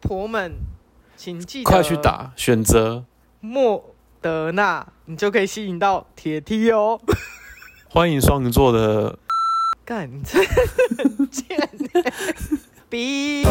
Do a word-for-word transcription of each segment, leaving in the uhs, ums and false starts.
婆们，请记得快去打选择莫德纳，你就可以吸引到铁 T 哦。 欢迎双鱼座的， 干，你真的很贱欸！逼。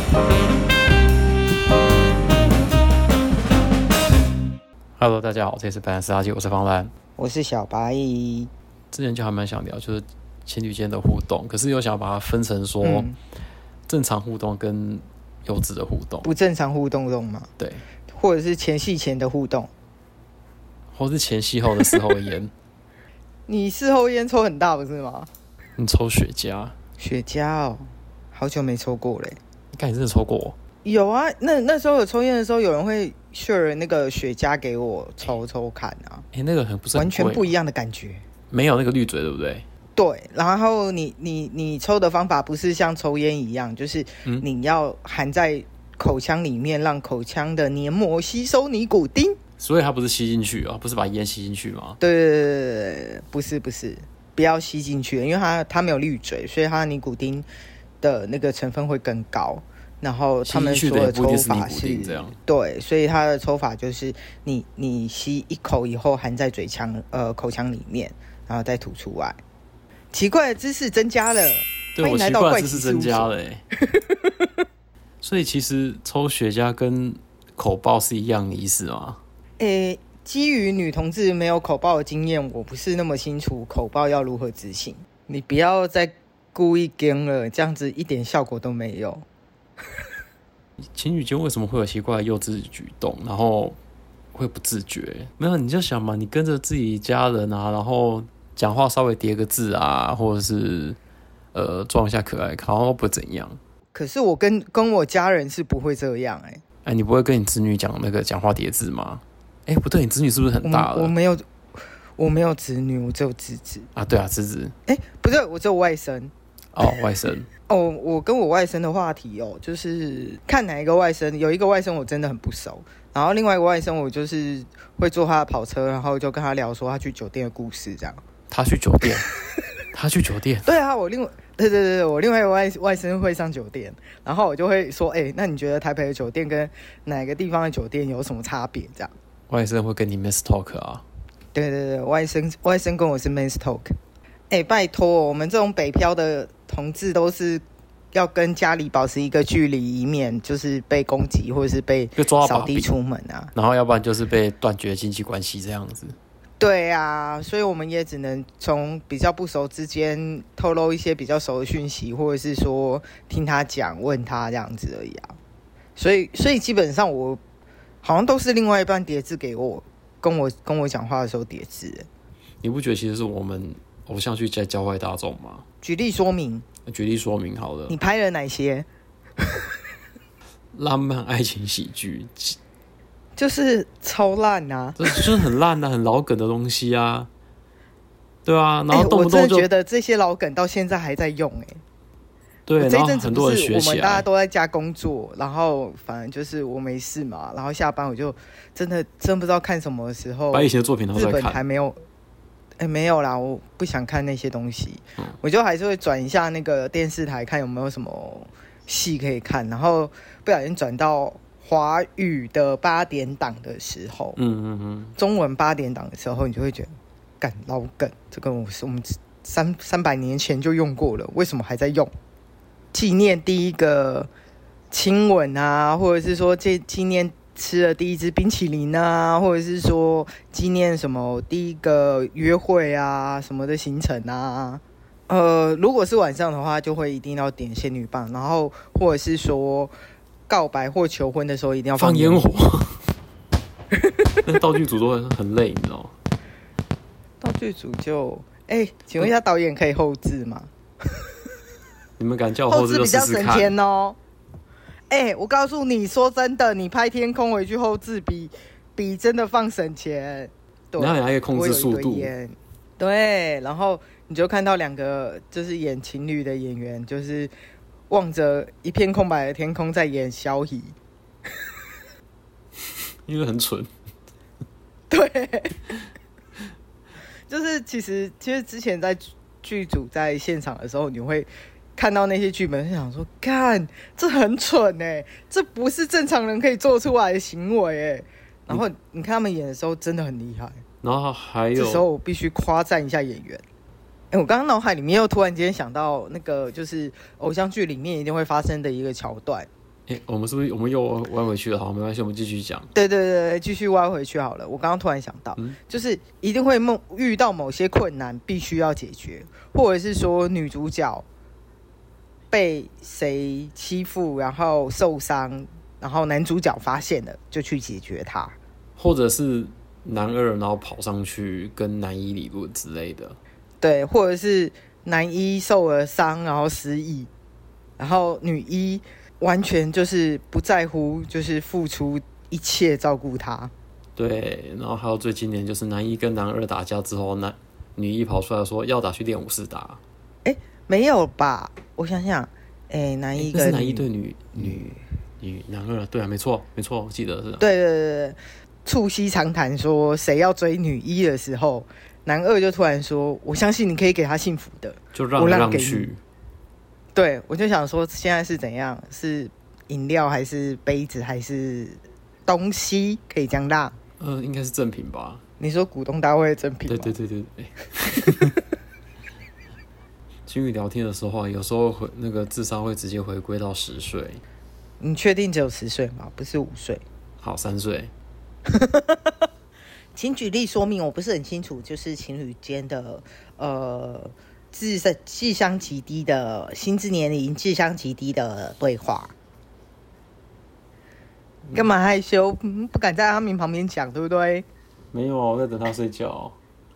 Hello， 大家好，这里是白兰斯垃圾，我是方兰， 我是小白。 之前就还蛮想聊，就是情侣间的互动，可是又想把它分成说、嗯、正常互动跟幼稚的互动， 不正常互动动吗？ 对， 或者是前戏前的互动， 或是前戏后的事后烟。 你事后烟抽很大不是吗？ 你抽雪茄？ 雪茄哦，好久没抽过嘞。 你看你真的抽过？ 有啊，那那时候有抽烟的时候，有人会 share 那个雪茄给我抽抽看啊。 哎、欸，那个很不是很完全不一样的感觉， 没有那个滤嘴，对不对？ 对，然后你你你抽的方法不是像抽烟一样，就是你要含在口腔里面，让口腔的黏膜吸收尼古丁。 所以它不是吸进去啊，不是把烟吸进去吗？ 对对对对对，不是不是，不要吸进去，因为它它没有滤嘴，所以它的尼古丁的那个成分会更高。然后他们说的抽法是， 这样对，所以他的抽法就是你你吸一口以后含在嘴腔呃口腔里面，然后再吐出来。奇怪的知识增加了， 对， 欢迎来到怪奇事务所。 我奇怪的知识增加了欸所以其实抽雪茄跟口爆是一样的意思吗？ 诶，基于女同志没有口爆的经验，我不是那么清楚口爆要如何执行。你不要再故意跟了，这样子一点效果都没有。 情侣间为什么会有奇怪的幼稚举动，然后会不自觉？没有，你就想嘛，你跟着自己家人啊，然后讲话稍微叠个字啊，或者是呃装一下可爱，好像不会怎样。 可是我跟跟我家人是不会这样哎、欸。 哎，你不会跟你子女讲那个讲话叠字吗？哎，不对，你子女是不是很大了？ 我, 我没有，我没有子女，我只有侄子啊。对啊，侄子。 哎，不对，我只有外甥。 哦，外甥。 哦，我跟我外甥的话题哦，就是看哪一个外甥，有一个外甥我真的很不熟，然后另外一个外甥我就是会坐他的跑车，然后就跟他聊说他去酒店的故事这样。 他去酒店？他去酒店？ 对啊，我另外对对对，我另外一个外外甥会上酒店，然后我就会说，哎、欸，那你觉得台北的酒店跟哪个地方的酒店有什么差别？这样。 外甥会跟你 miss talk 啊？ 对对对，外甥外甥跟我是 miss talk。哎、欸，拜托，我们这种北漂的同志都是要跟家里保持一个距离，以免就是被攻击或者是被扫地出门啊。 然后要不然就是被断绝经济关系这样子。 对啊，所以我们也只能从比较不熟之间透露一些比较熟的讯息，或者是说听他讲、问他这样子而已啊。所以，所以基本上我好像都是另外一半叠字给我，跟我跟我讲话的时候叠字。 你不觉得其实是我们偶像剧在教坏大众吗？ 举例说明。 举例说明好了。 你拍了哪些？ 浪漫爱情喜剧。 就是超烂啊， 就是很烂啊，很老梗的东西啊，对啊，然后动不动就、欸、 我真的觉得这些老梗到现在还在用哎、欸。 对， 这一阵子很多人学起来， 我们大家都在家工作，然后反正就是我没事嘛，然后下班我就真的真不知道看什么的时候， 把以前的作品都在看。 日本还没有，哎、欸、没有啦，我不想看那些东西，嗯、我就还是会转一下那个电视台看有没有什么戏可以看，然后不小心转到华语的八点档的时候，嗯嗯嗯，中文八点档的时候，你就会觉得，干老梗，这个我是我们三三百年前就用过了，为什么还在用？纪念第一个亲吻啊，或者是说这纪念吃了第一支冰淇淋啊，或者是说纪念什么第一个约会啊什么的行程啊。呃，如果是晚上的话，就会一定要点仙女棒，然后或者是说。告白或求婚的时候一定要放烟火，那道具组都很累，你知道吗？道具组就哎、欸，请问一下导演可以后置吗？ 你们敢叫我后置就试试看？后置比较省钱哦。哎、欸，我告诉你说真的，你拍天空回去后置比比真的放省钱。对， 然后你还可以控制速度。 对，然后你就看到两个就是演情侣的演员，就是。望着一片空白的天空，在演消息， 因为很蠢。 对，就是其实其实之前在剧组在现场的时候，你会看到那些剧本，就想说，干，这很蠢哎、欸，这不是正常人可以做出来的行为哎、欸。然后你看他们演的时候真的很厉害， 然后还有这时候我必须夸赞一下演员。哎、欸，我刚刚脑海里面又突然间想到那个，就是偶像剧里面一定会发生的一个桥段。 哎、欸，我们是不是我们又歪回去了？好，没关系，我们继续讲。 对对对，继续歪回去好了。我刚刚突然想到，嗯、就是一定会遇到某些困难，必须要解决，或者是说女主角被谁欺负，然后受伤，然后男主角发现了，就去解决它， 或者是男二然后跑上去跟男一理论之类的。 对，或者是男一受了伤，然后失忆，然后女一完全就是不在乎，就是付出一切照顾他。 对，然后还有最经典就是男一跟男二打架之后，男女一跑出来说要打去练武士打。 哎，没有吧？我想想，哎，男一跟是男一对女女女男二，对啊，没错没错，我记得是。 对对对对，促膝长谈说谁要追女一的时候，男二就突然说：“我相信你可以给他幸福的， 就让来让去。” 对，我就想说现在是怎样？是饮料还是杯子还是东西可以这样让？ 呃，应该是赠品吧。 你说股东大会的赠品吗？ 对对对对对。情侣聊天的时候，有时候会那个智商会直接回归到十岁。 你确定只有十岁吗？不是五岁？ 好，三岁。 请举例说明，我不是很清楚，就是情侣间的呃智智商极低的心智年龄智商极低的对话。干嘛害羞？不敢在阿明旁边讲，对不对？ 没有，我在等他睡觉。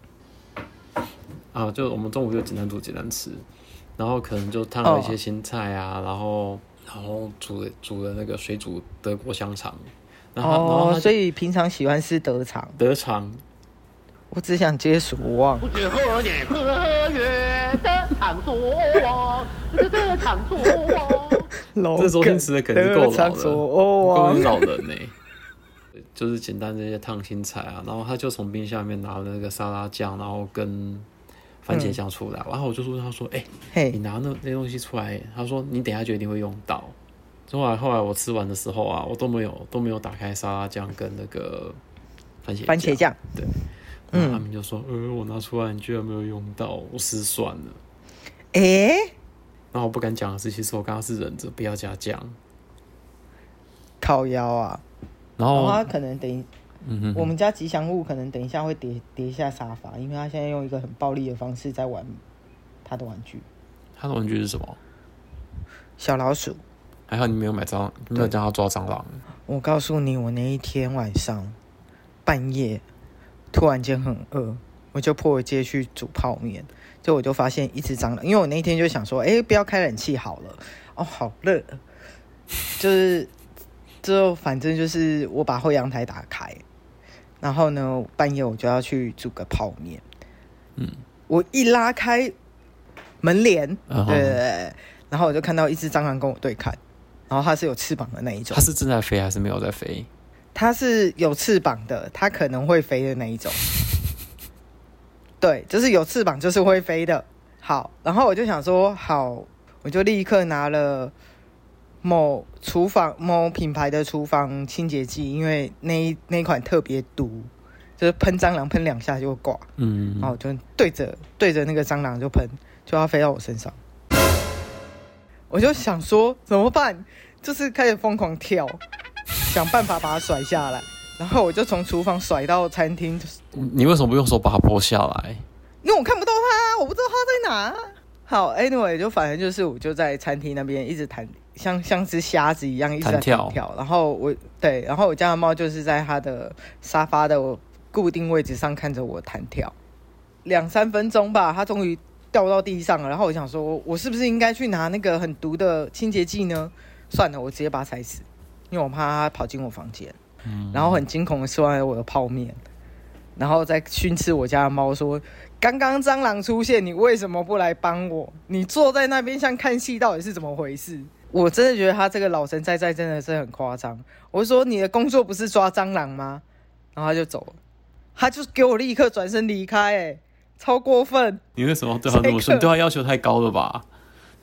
啊，就我们中午就简单煮简单吃，然后可能就烫了一些青菜啊，哦、然后然后煮了煮了那个水煮德国香肠。然后哦， 然后所以平常喜欢吃德肠。 德肠， 我只想接所望。 不知何年何月的场所，的场所。 这周星驰的梗是够老的，够老人呢、欸。就是简单这些烫青菜啊，然后他就从冰箱里面拿了那个沙拉酱，然后跟番茄酱出来，嗯、然后我就说他说，哎、欸， Hey. 你拿那那东西出来，他说你等一下就一定会用到。后来后来我吃完的时候啊，我都没有都没有打开沙拉酱跟那个番茄酱番茄酱， 对，然后他们就说，嗯、呃，我拿出来你居然没有用到，我失算了。 哎、欸， 然后我不敢讲的是，其实我刚刚是忍着不要加酱， 靠腰啊。 然后、 哦、他可能等一， 嗯哼哼， 我们家吉祥物可能等一下会跌跌下沙发，因为他现在用一个很暴力的方式在玩他的玩具。 他的玩具是什么？ 小老鼠。 还好你没有买蟑螂，没有叫他抓蟑螂。 我告诉你，我那一天晚上半夜突然间很饿，我就破街去煮泡面，就我就发现一只蟑螂，因为我那一天就想说，哎、欸，不要开冷气好了，哦，好热，就是。之后反正就是我把后阳台打开，然后呢半夜我就要去煮个泡面，嗯，我一拉开门帘，uh-huh. 对对对，然后我就看到一只蟑螂跟我对看，然后它是有翅膀的那一种。 它是正在飞还是没有在飞？ 它是有翅膀的，它可能会飞的那一种。对，就是有翅膀就是会飞的。好，然后我就想说，好，我就立刻拿了某厨房某品牌的厨房清洁剂，因为那一那一款特别毒，就是喷蟑螂喷两下就会挂。嗯，然后我就对着对着那个蟑螂就喷，就要飞到我身上。我就想说怎么办，就是开始疯狂跳，想办法把它甩下来。然后我就从厨房甩到餐厅。 你为什么不用手把它拨下来？ 因为我看不到它，我不知道它在哪。好 ，anyway， 就反正就是我就在餐厅那边一直弹。像像只瞎子一样一直在弹跳，跳然后我对，然后我家的猫就是在它的沙发的固定位置上看着我弹跳，两三分钟吧，它终于掉到地上了。然后我想说，我是不是应该去拿那个很毒的清洁剂呢？算了，我直接把它踩死，因为我怕它跑进我房间。嗯，然后很惊恐的吃完了我的泡面，然后再训斥我家的猫说：“刚刚蟑螂出现，你为什么不来帮我？你坐在那边像看戏，到底是怎么回事？”我真的觉得他这个老神在在真的是很夸张。我就说你的工作不是抓蟑螂吗？然后他就走了，他就给我立刻转身离开，哎，超过分！ 你为什么对他那么说？你对他要求太高了吧？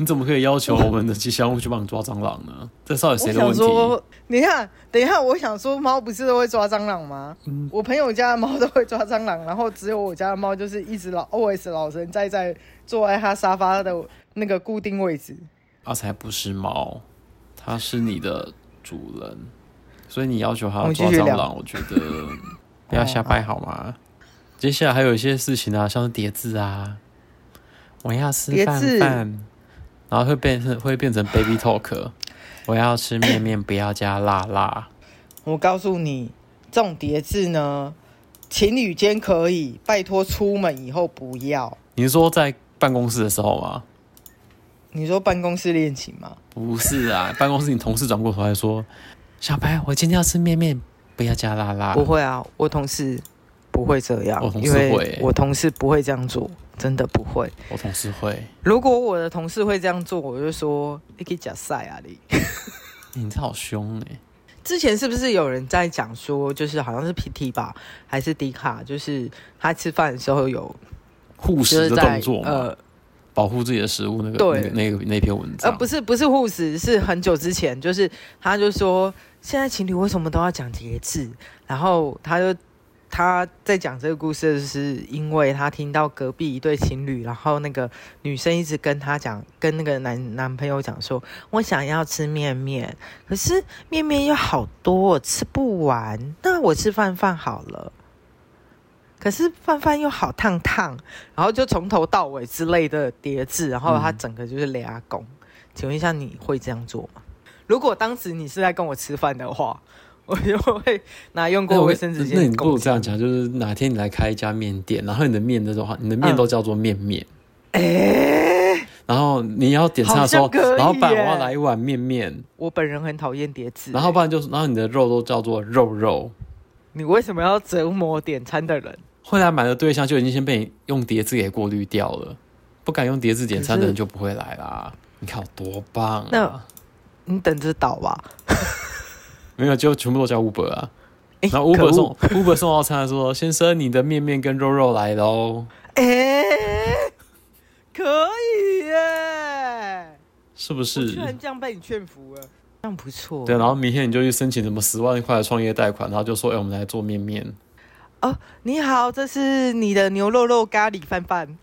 你怎么可以要求我们的吉祥物去帮你抓蟑螂呢？这到底谁的问题？ 我想说，你看，等一下，我想说，猫不是都会抓蟑螂吗？嗯、我朋友家的猫都会抓蟑螂，然后只有我家的猫就是一直老 always 老神在在坐在它沙发的那个固定位置。 它才不是猫，它是你的主人，所以你要求它要抓蟑螂，我觉得不要瞎掰好吗？接下来还有一些事情啊，像是叠字啊，我要吃饭饭，然后会变成会变成 baby talk， 我要吃面面，不要加辣辣。 我告诉你，这种叠字呢，情侣间可以，拜托出门以后不要。 你是说在办公室的时候吗？ 你说办公室恋情吗？ 不是啊，办公室你同事转过头来说，小白，我今天要吃面面，不要加辣辣。 不会啊，我同事不会这样， 我同事会、欸， 因为我同事不会这样做，真的不会。 我同事会。 如果我的同事会这样做，我就说你可以假赛啊你。 你这好凶哎、欸！ 之前是不是有人在讲说，就是好像是 P T 吧，还是迪卡，就是他吃饭的时候有护食的动作嘛？ 呃。 保护自己的食物那个那个那个那篇文章， 呃，不是不是护食，是很久之前，就是他就说现在情侣为什么都要讲叠字，然后他就他在讲这个故事，是因为他听到隔壁一对情侣，然后那个女生一直跟他讲，跟那个男男朋友讲说，我想要吃面面，可是面面又好多，我吃不完，那我吃饭饭好了。可是饭饭又好烫烫，然后就从头到尾之类的叠字，然后他整个就是俩拱。嗯、请问一下，你会这样做吗？如果当时你是在跟我吃饭的话，我就会拿用过卫生纸先。 那你不如这样讲，就是哪天你来开一家面店，然后你的面的话，你的面都叫做面面。哎、嗯欸，然后你要点餐的时候，然后不然我要来一碗面面。 我本人很讨厌叠字。 然后不然就是，然后你的肉都叫做肉肉。 你为什么要折磨点餐的人？ 会来买的对象就已经先被你用叠字给过滤掉了，不敢用叠字点餐的人就不会来啦。你看有多棒啊！ 那你等着倒吧。 没有，就全部都叫 Uber 啊。欸、然后 Uber 送 Uber 送到餐说：“先生，你的面面跟肉肉来喽。”哎、 欸，可以耶！ 是不是？ 我居然这样被你劝服了，这样不错。 对，然后明天你就去申请什么十万块的创业贷款，然后就说：“哎、欸，我们来做面面。” 哦，你好，这是你的牛肉肉咖喱饭饭。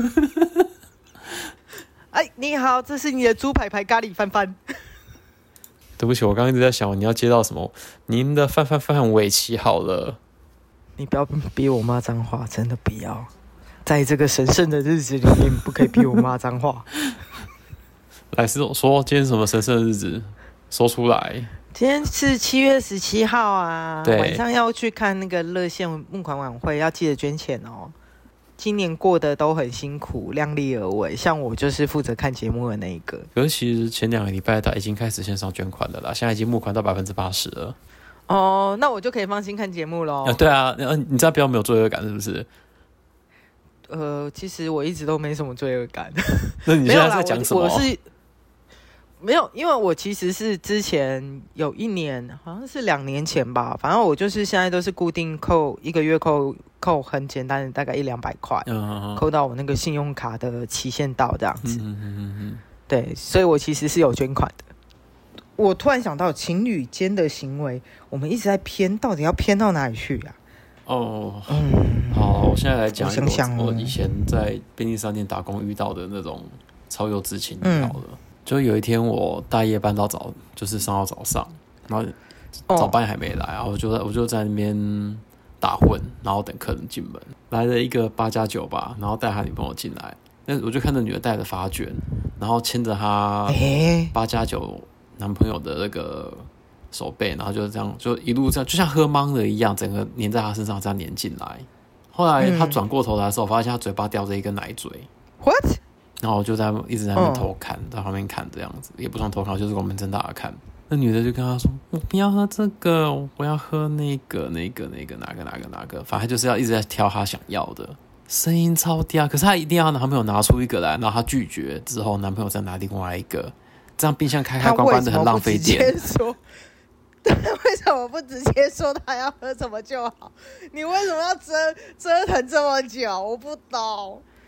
哎，你好，这是你的猪排排咖喱饭饭。 对不起，我刚刚一直在想你要接到什么。您的饭饭饭尾期好了。 你不要逼我骂脏话，真的不要。在这个神圣的日子里面，不可以逼我骂脏话。 来，是说今天什么神圣的日子？说出来。 今天是七月十七号啊， 晚上要去看那个热线募款晚会，要记得捐钱哦。今年过得都很辛苦，量力而为。像我就是负责看节目的那一个。 可是其实前两个礼拜他已经开始线上捐款了啦，现在已经募款到百分之八十了。 哦，那我就可以放心看节目喽。 啊，对啊，你这样比较没有罪恶感是不是？ 呃，其实我一直都没什么罪恶感。 那你现在在讲什么？ 我, 我是。没有，因为我其实是之前有一年，好像是两年前吧，反正我就是现在都是固定扣一个月扣扣很简单的大概一两百块，嗯、扣到我那个信用卡的期限到这样子。嗯嗯嗯、对，所以我其实是有捐款的。我突然想到，情侣间的行为，我们一直在偏，到底要偏到哪里去啊？ 哦，嗯，好，我现在来讲一个 我, 想想、哦、 我以前在便利商店打工遇到的那种超幼稚情侣好了。嗯，就有一天我大夜班到早，就是上到早上，然后早班还没来，然后我就在我就在那边打混，然后等客人进门。来了一个八加九吧，然后带他女朋友进来，那我就看到女的带着发卷，然后牵着他八加九男朋友的那个手背，然后就这样就一路这样，就像喝茫的一样，整个粘在他身上这样粘进来。后来他转过头来的时候，我发现他嘴巴叼着一个奶嘴。 What？然后我就在一直在那边偷看，在旁边看这样子，也不算偷看，就是我们睁大的看。那女的就跟他说：“我不要喝这个，我要喝那个、那个、那个哪个、哪个、哪个，反正就是要一直在挑他想要的。”声音超嗲，可是他一定要男朋友拿出一个来，然后他拒绝之后，男朋友再拿另外一个，这样冰箱开开关关的很浪费电。 对，为什么不直接说他要喝什么就好？你为什么要折折腾这么久？我不懂。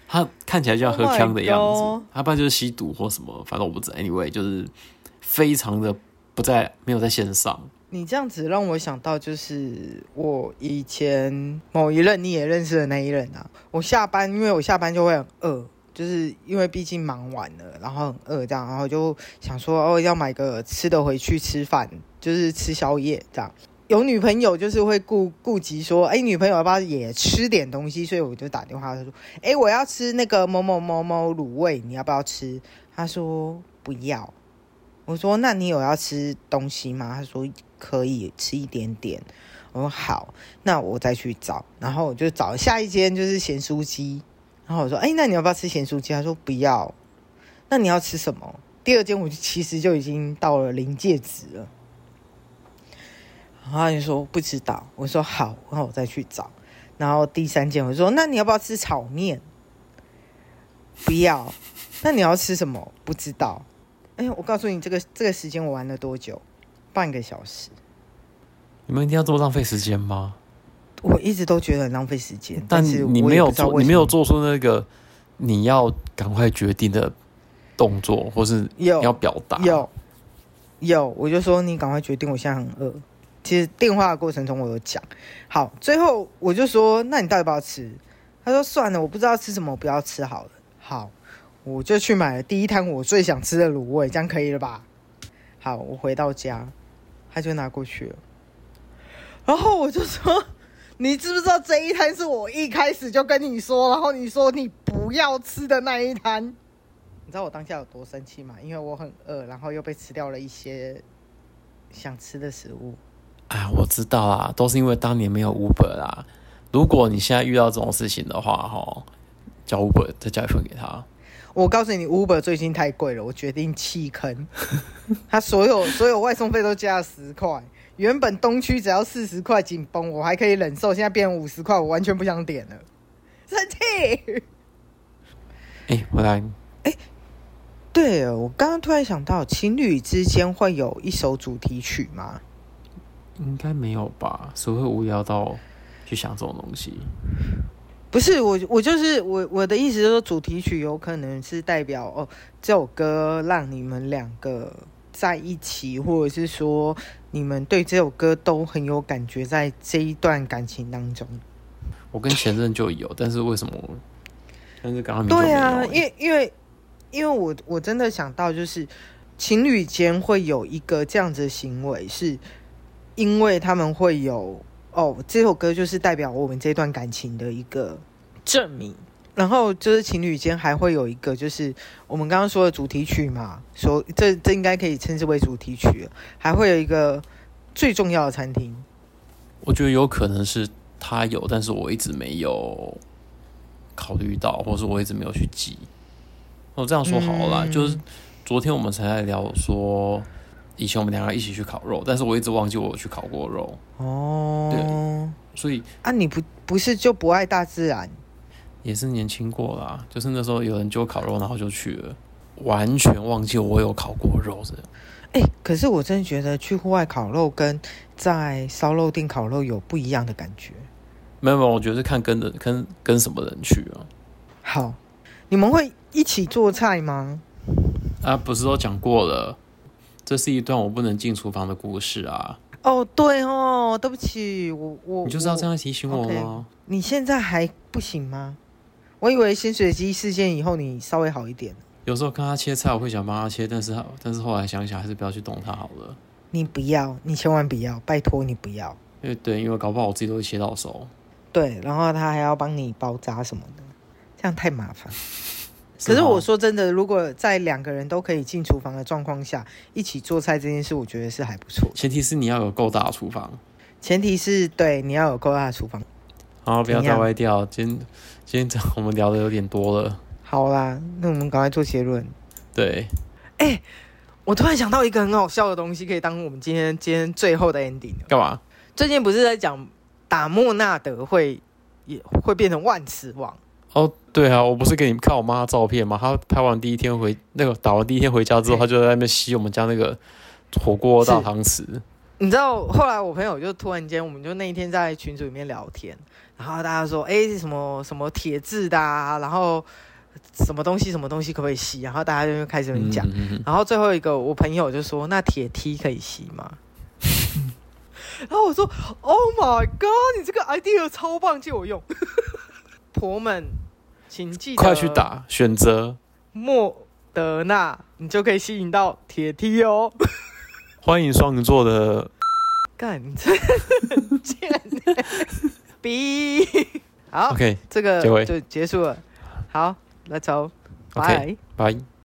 他看起来就像喝呛的样子， Oh 他不然就是吸毒或什么，反正我不知道。Anyway， 就是非常的不在没有在线上。 你这样子让我想到，就是我以前某一任你也认识的那一任啊。我下班，因为我下班就会很饿，就是因为毕竟忙完了，然后很饿这样，然后就想说哦要买个吃的回去吃饭，就是吃宵夜这样。有女朋友就是会顾顾及说，哎，女朋友要不要也吃点东西？所以我就打电话说，哎，我要吃那个某某某某卤味，你要不要吃？他说不要。我说那你有要吃东西吗？他说可以吃一点点。我说好，那我再去找。然后我就找下一间就是咸酥鸡。然后我说，哎，那你要不要吃咸酥鸡？他说不要。那你要吃什么？第二间我其实就已经到了临界值了。然后他就说不知道。我说好，然后我再去找。然后第三间我说那你要不要吃炒面？不要。那你要吃什么？不知道。哎，我告诉你，这个这个时间我玩了多久？半个小时。 你们一定要这么浪费时间吗？ 我一直都觉得很浪费时间， 但是你没有做，你没有做出那个你要赶快决定的动作，或是你要表达。 有有，我就说你赶快决定，我现在很饿。其实电话的过程中我有讲，好，最后我就说，那你到底要不要吃？他说算了，我不知道吃什么，我不要吃好了。好。我就去买了第一摊我最想吃的卤味，这样可以了吧？好，我回到家，他就拿过去了。然后我就说：“你知不知道这一摊是我一开始就跟你说，然后你说你不要吃的那一摊？”你知道我当下有多生气吗？因为我很饿，然后又被吃掉了一些想吃的食物。 啊，我知道啦，都是因为当年没有 Uber 啦。如果你现在遇到这种事情的话，哈，叫 Uber 再加一份给他。 我告诉你 ，Uber 最近太贵了，我决定弃坑。他所有所有外送费都加了十块，原本东区只要四十块紧绷，我还可以忍受，现在变成五十块，我完全不想点了，生气。 哎、欸，回来。 哎、欸，对了，我刚刚突然想到，情侣之间会有一首主题曲吗？ 应该没有吧？谁会无聊到去想这种东西？ 不是我，我就是我，我的意思就是说，主题曲有可能是代表哦，这首歌让你们两个在一起，或者是说你们对这首歌都很有感觉，在这一段感情当中。 我跟前任就有，但是为什么？但是刚刚明就没有。 对啊，因为因为因为我我真的想到，就是情侣间会有一个这样子的行为，是因为他们会有。哦，这首歌就是代表我们这段感情的一个证明。然后就是情侣间还会有一个，就是我们刚刚说的主题曲嘛，说这这应该可以称之为主题曲了。还会有一个最重要的餐厅。 我觉得有可能是他有，但是我一直没有考虑到，或是我一直没有去记。我这样说好了啦、嗯，就是昨天我们才在聊说。以前我们两个一起去烤肉，但是我一直忘记我有去烤过肉。 哦， 对，所以啊，你不不是就不爱大自然？ 也是年轻过啦，就是那时候有人就烤肉，然后就去了，完全忘记我有烤过肉这样。 哎、欸，可是我真的觉得去户外烤肉跟在烧肉店烤肉有不一样的感觉。 没有没有，我觉得是看跟的跟跟什么人去啊。 好，你们会一起做菜吗？ 啊，不是都讲过了。这是一段我不能进厨房的故事啊！ 哦，对哦，对不起，我我你就是要这样提醒我吗？ Okay. 你现在还不行吗？我以为咸水鸡事件以后你稍微好一点。 有时候看他切菜，我会想帮他切，但是但是后来想想，还是不要去动他好了。 你不要，你千万不要，拜托你不要。 因为对，因为搞不好我自己都会切到手。 对，然后他还要帮你包扎什么的，这样太麻烦。可是我说真的，如果在两个人都可以进厨房的状况下，一起做菜这件事，我觉得是还不错。 前提是你要有够大的厨房。 前提是对你要有够大的厨房。 好，不要再歪掉。今天今天我们聊的有点多了。 好啦，那我们赶快做结论。 对。 哎、欸，我突然想到一个很好笑的东西，可以当我们今天今天最后的 ending。 干嘛？ 最近不是在讲打莫纳德会也会变成万磁王？ 哦，对啊，我不是给你们看我妈的照片吗？她拍完第一天回那个打完第一天回家之后，她就在那边吸我们家那个火锅大汤匙。 你知道后来我朋友就突然间，我们就那一天在群组里面聊天，然后大家说，哎，什么什么铁质的啊，然后什么东西什么东西可不可以吸，然后大家就开始讲、 嗯嗯嗯， 然后最后一个我朋友就说那铁梯可以吸吗？然后我说 Oh my god， 你这个 idea 超棒，借我用。婆们请记得快去打选择莫德纳，你就可以吸引到铁梯哦。 欢迎双鱼座的干，你真的很贱欸。B 好 OK， 这个结尾就结束了。好 ，Let's go， OK，拜。